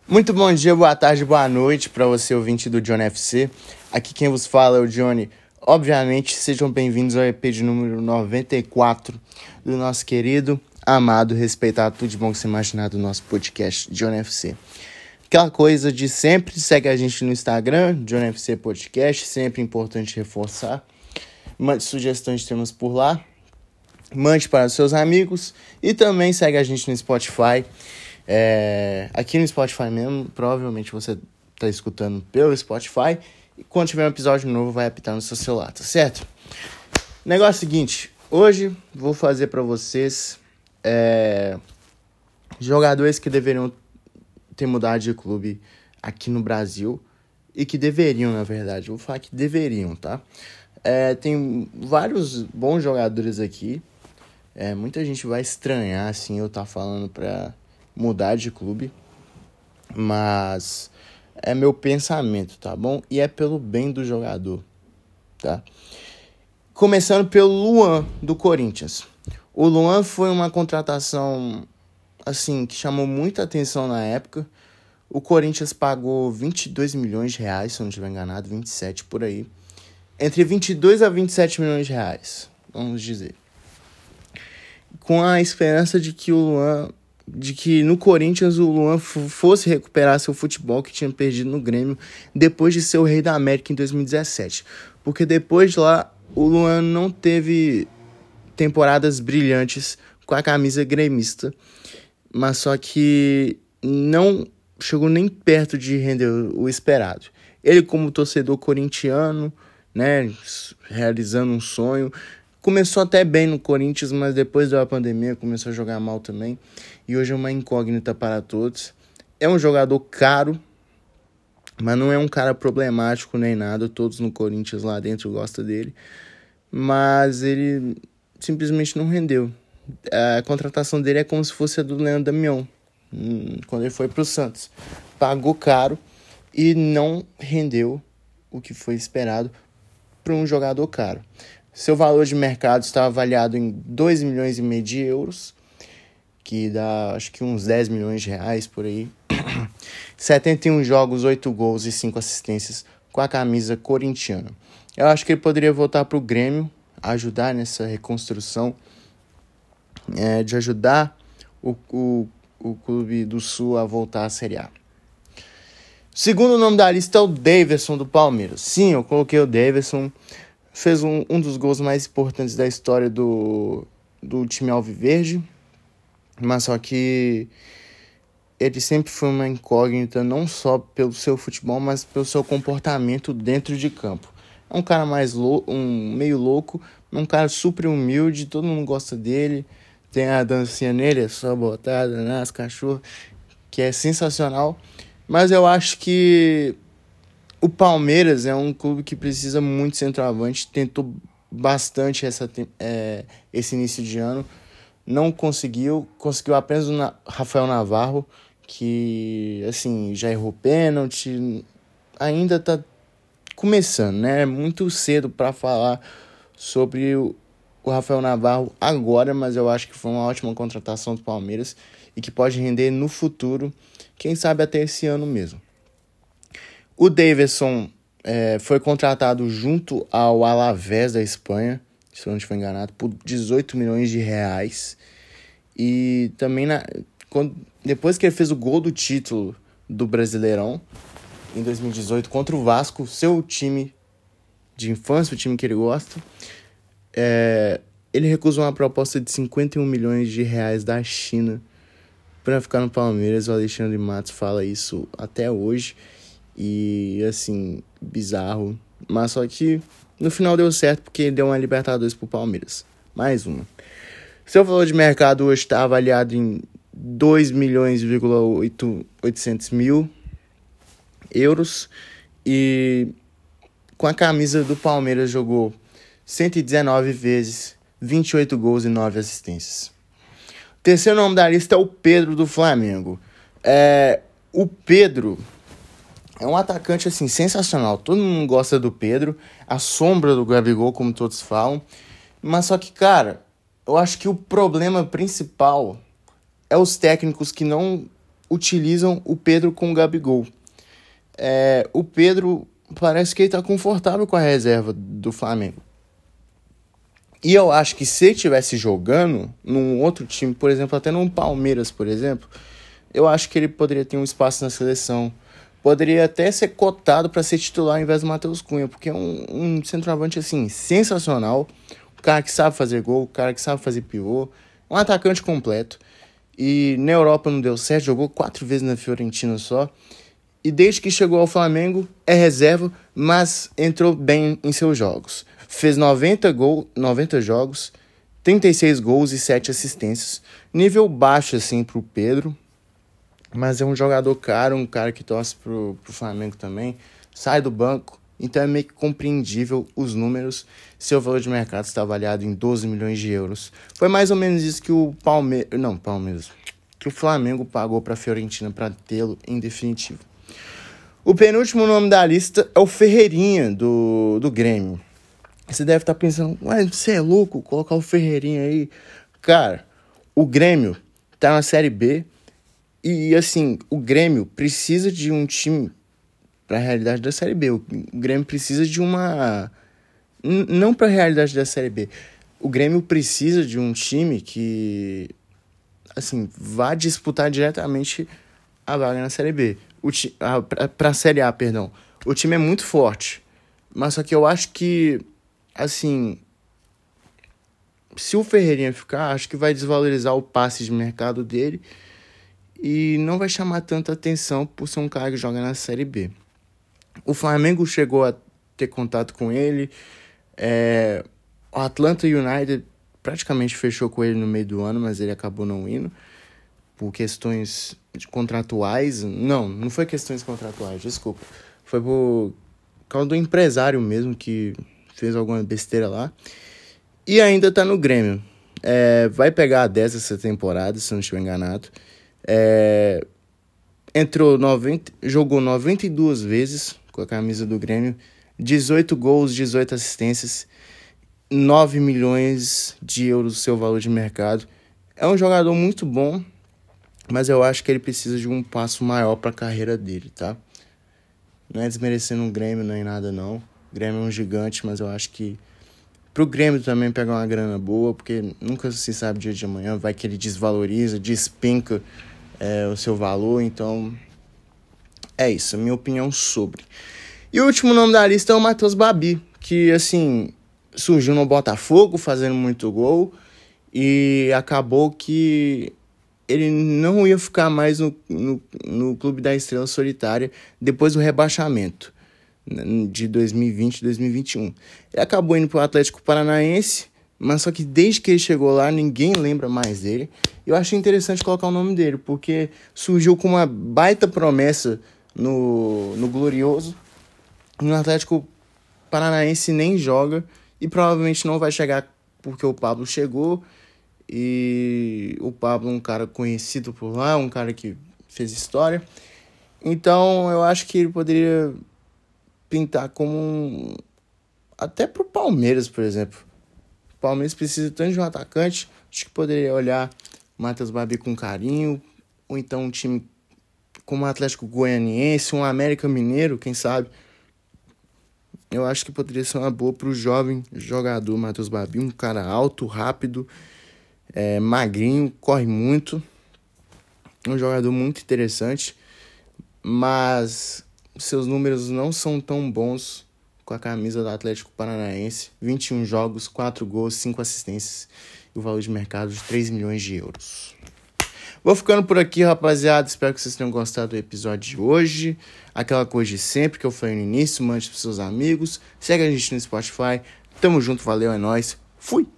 Muito bom dia, boa tarde, boa noite para você, ouvinte do Johnny FC. Aqui quem vos fala é o Johnny. Obviamente, sejam bem-vindos ao EP de número 94 do nosso querido, amado, respeitado, tudo de bom que você imaginar do nosso podcast Johnny FC. Aquela coisa de sempre, segue a gente no Instagram, Johnny FC Podcast, sempre importante reforçar. Mande sugestões de temas por lá, mande para os seus amigos e também segue a gente no Spotify. Aqui no Spotify mesmo, provavelmente você está escutando pelo Spotify e quando tiver um episódio novo vai apitar no seu celular, tá certo? Negócio seguinte, hoje vou fazer para vocês jogadores que deveriam ter mudado de clube aqui no Brasil e que deveriam, na verdade, vou falar que deveriam, tá? Tem vários bons jogadores aqui, muita gente vai estranhar assim eu estar falando para mudar de clube, mas é meu pensamento, tá bom? E é pelo bem do jogador, tá? Começando pelo Luan, do Corinthians. O Luan foi uma contratação, assim, que chamou muita atenção na época. O Corinthians pagou 22 milhões de reais, se eu não estiver enganado, 27 por aí. Entre 22 a 27 milhões de reais, vamos dizer. Com a esperança de que no Corinthians o Luan fosse recuperar seu futebol que tinha perdido no Grêmio depois de ser o Rei da América em 2017. Porque depois de lá, o Luan não teve temporadas brilhantes com a camisa gremista, mas só que não chegou nem perto de render o esperado. Ele, como torcedor corintiano, né, realizando um sonho, começou até bem no Corinthians, mas depois da pandemia começou a jogar mal também. E hoje é uma incógnita para todos. É um jogador caro, mas não é um cara problemático nem nada. Todos no Corinthians lá dentro gostam dele. Mas ele simplesmente não rendeu. A contratação dele é como se fosse a do Leandro Damião, quando ele foi para o Santos. Pagou caro e não rendeu o que foi esperado para um jogador caro. Seu valor de mercado está avaliado em 2,5 milhões de euros, que dá acho que uns 10 milhões de reais por aí. 71 jogos, 8 gols e 5 assistências com a camisa corintiana. Eu acho que ele poderia voltar para o Grêmio, ajudar nessa reconstrução, de ajudar o Clube do Sul a voltar à Série A. O segundo nome da lista é o Daverson, do Palmeiras. Sim, eu coloquei o Daverson. Fez um dos gols mais importantes da história do time alviverde. Mas só que ele sempre foi uma incógnita, não só pelo seu futebol, mas pelo seu comportamento dentro de campo. É um cara meio louco, um cara super humilde, todo mundo gosta dele. Tem a dancinha nele, é só botada, né, as cachorras, que é sensacional. Mas eu acho que o Palmeiras é um clube que precisa muito de centroavante, tentou bastante esse início de ano, não conseguiu apenas o Rafael Navarro, que assim, já errou pênalti, ainda está começando, né? É muito cedo para falar sobre o Rafael Navarro agora, mas eu acho que foi uma ótima contratação do Palmeiras e que pode render no futuro, quem sabe até esse ano mesmo. O Daverson foi contratado junto ao Alavés da Espanha, se eu não estiver enganado, por 18 milhões de reais. E também, depois que ele fez o gol do título do Brasileirão, em 2018, contra o Vasco, seu time de infância, o time que ele gosta, ele recusou uma proposta de 51 milhões de reais da China para ficar no Palmeiras. O Alexandre Matos fala isso até hoje. E, assim, bizarro. Mas só que no final deu certo porque ele deu uma Libertadores pro Palmeiras. Mais uma. Seu valor de mercado hoje está avaliado em 2,8 milhões euros. E com a camisa do Palmeiras jogou 119 vezes, 28 gols e 9 assistências. O terceiro nome da lista é o Pedro, do Flamengo. O Pedro é um atacante, assim, sensacional. Todo mundo gosta do Pedro. A sombra do Gabigol, como todos falam. Mas só que, cara, eu acho que o problema principal é os técnicos que não utilizam o Pedro com o Gabigol. O Pedro parece que ele tá confortável com a reserva do Flamengo. E eu acho que se ele estivesse jogando num outro time, por exemplo, até num Palmeiras, por exemplo, eu acho que ele poderia ter um espaço na seleção. Poderia até ser cotado para ser titular ao invés do Matheus Cunha, porque é um centroavante assim, sensacional. Um cara que sabe fazer gol, um cara que sabe fazer pivô, um atacante completo. E na Europa não deu certo, jogou 4 vezes na Fiorentina só. E desde que chegou ao Flamengo, é reserva, mas entrou bem em seus jogos. Fez 90 jogos, 36 gols e 7 assistências. Nível baixo, assim, pro Pedro. Mas é um jogador caro, um cara que torce pro Flamengo também. Sai do banco, então é meio que compreendível os números. Seu valor de mercado está avaliado em 12 milhões de euros. Foi mais ou menos isso que o que o Flamengo pagou pra Fiorentina para tê-lo em definitivo. O penúltimo nome da lista é o Ferreirinha, do Grêmio. Você deve estar pensando, ué, você é louco colocar o Ferreirinha aí? Cara, o Grêmio tá na Série B e, assim, o Grêmio precisa de um time pra realidade da Série B. O Grêmio precisa de uma... Não pra realidade da Série B. O Grêmio precisa de um time que, assim, vá disputar diretamente a vaga na Série B. Pra Série A, perdão. O time é muito forte. Mas só que eu acho que, assim, se o Ferreirinha ficar, acho que vai desvalorizar o passe de mercado dele e não vai chamar tanta atenção por ser um cara que joga na Série B. O Flamengo chegou a ter contato com ele. O Atlanta United praticamente fechou com ele no meio do ano, mas ele acabou não indo por questões contratuais. Não foi questões contratuais, desculpa. Foi por causa do empresário mesmo que fez alguma besteira lá. E ainda tá no Grêmio. Vai pegar a 10 essa temporada, se não estiver enganado. Jogou 92 vezes com a camisa do Grêmio. 18 gols, 18 assistências. 9 milhões de euros seu valor de mercado. É um jogador muito bom, mas eu acho que ele precisa de um passo maior para a carreira dele, tá? Não é desmerecendo o Grêmio nem nada, não. O Grêmio é um gigante, mas eu acho que pro Grêmio também pegar uma grana boa, porque nunca se sabe o dia de amanhã, vai que ele desvaloriza, despenca o seu valor, então é isso, a minha opinião sobre. E o último nome da lista é o Matheus Babi, que, assim, surgiu no Botafogo fazendo muito gol e acabou que ele não ia ficar mais no Clube da Estrela Solitária depois do rebaixamento de 2020 e 2021. Ele acabou indo para o Atlético Paranaense, mas só que desde que ele chegou lá, ninguém lembra mais dele. Eu achei interessante colocar o nome dele, porque surgiu com uma baita promessa no Glorioso. No Atlético Paranaense nem joga e provavelmente não vai chegar porque o Pablo chegou. E o Pablo é um cara conhecido por lá, um cara que fez história. Então eu acho que ele poderia pintar como até pro Palmeiras, por exemplo. O Palmeiras precisa tanto de um atacante, acho que poderia olhar o Matheus Babi com carinho, ou então um time como o Atlético Goianiense, um América Mineiro, quem sabe. Eu acho que poderia ser uma boa pro jovem jogador Matheus Babi, um cara alto, rápido, magrinho, corre muito, um jogador muito interessante, mas seus números não são tão bons com a camisa do Atlético Paranaense. 21 jogos, 4 gols, 5 assistências e o valor de mercado de 3 milhões de euros. Vou ficando por aqui, rapaziada. Espero que vocês tenham gostado do episódio de hoje. Aquela coisa de sempre que eu falei no início, mande pros seus amigos. Segue a gente no Spotify. Tamo junto, valeu, é nóis. Fui!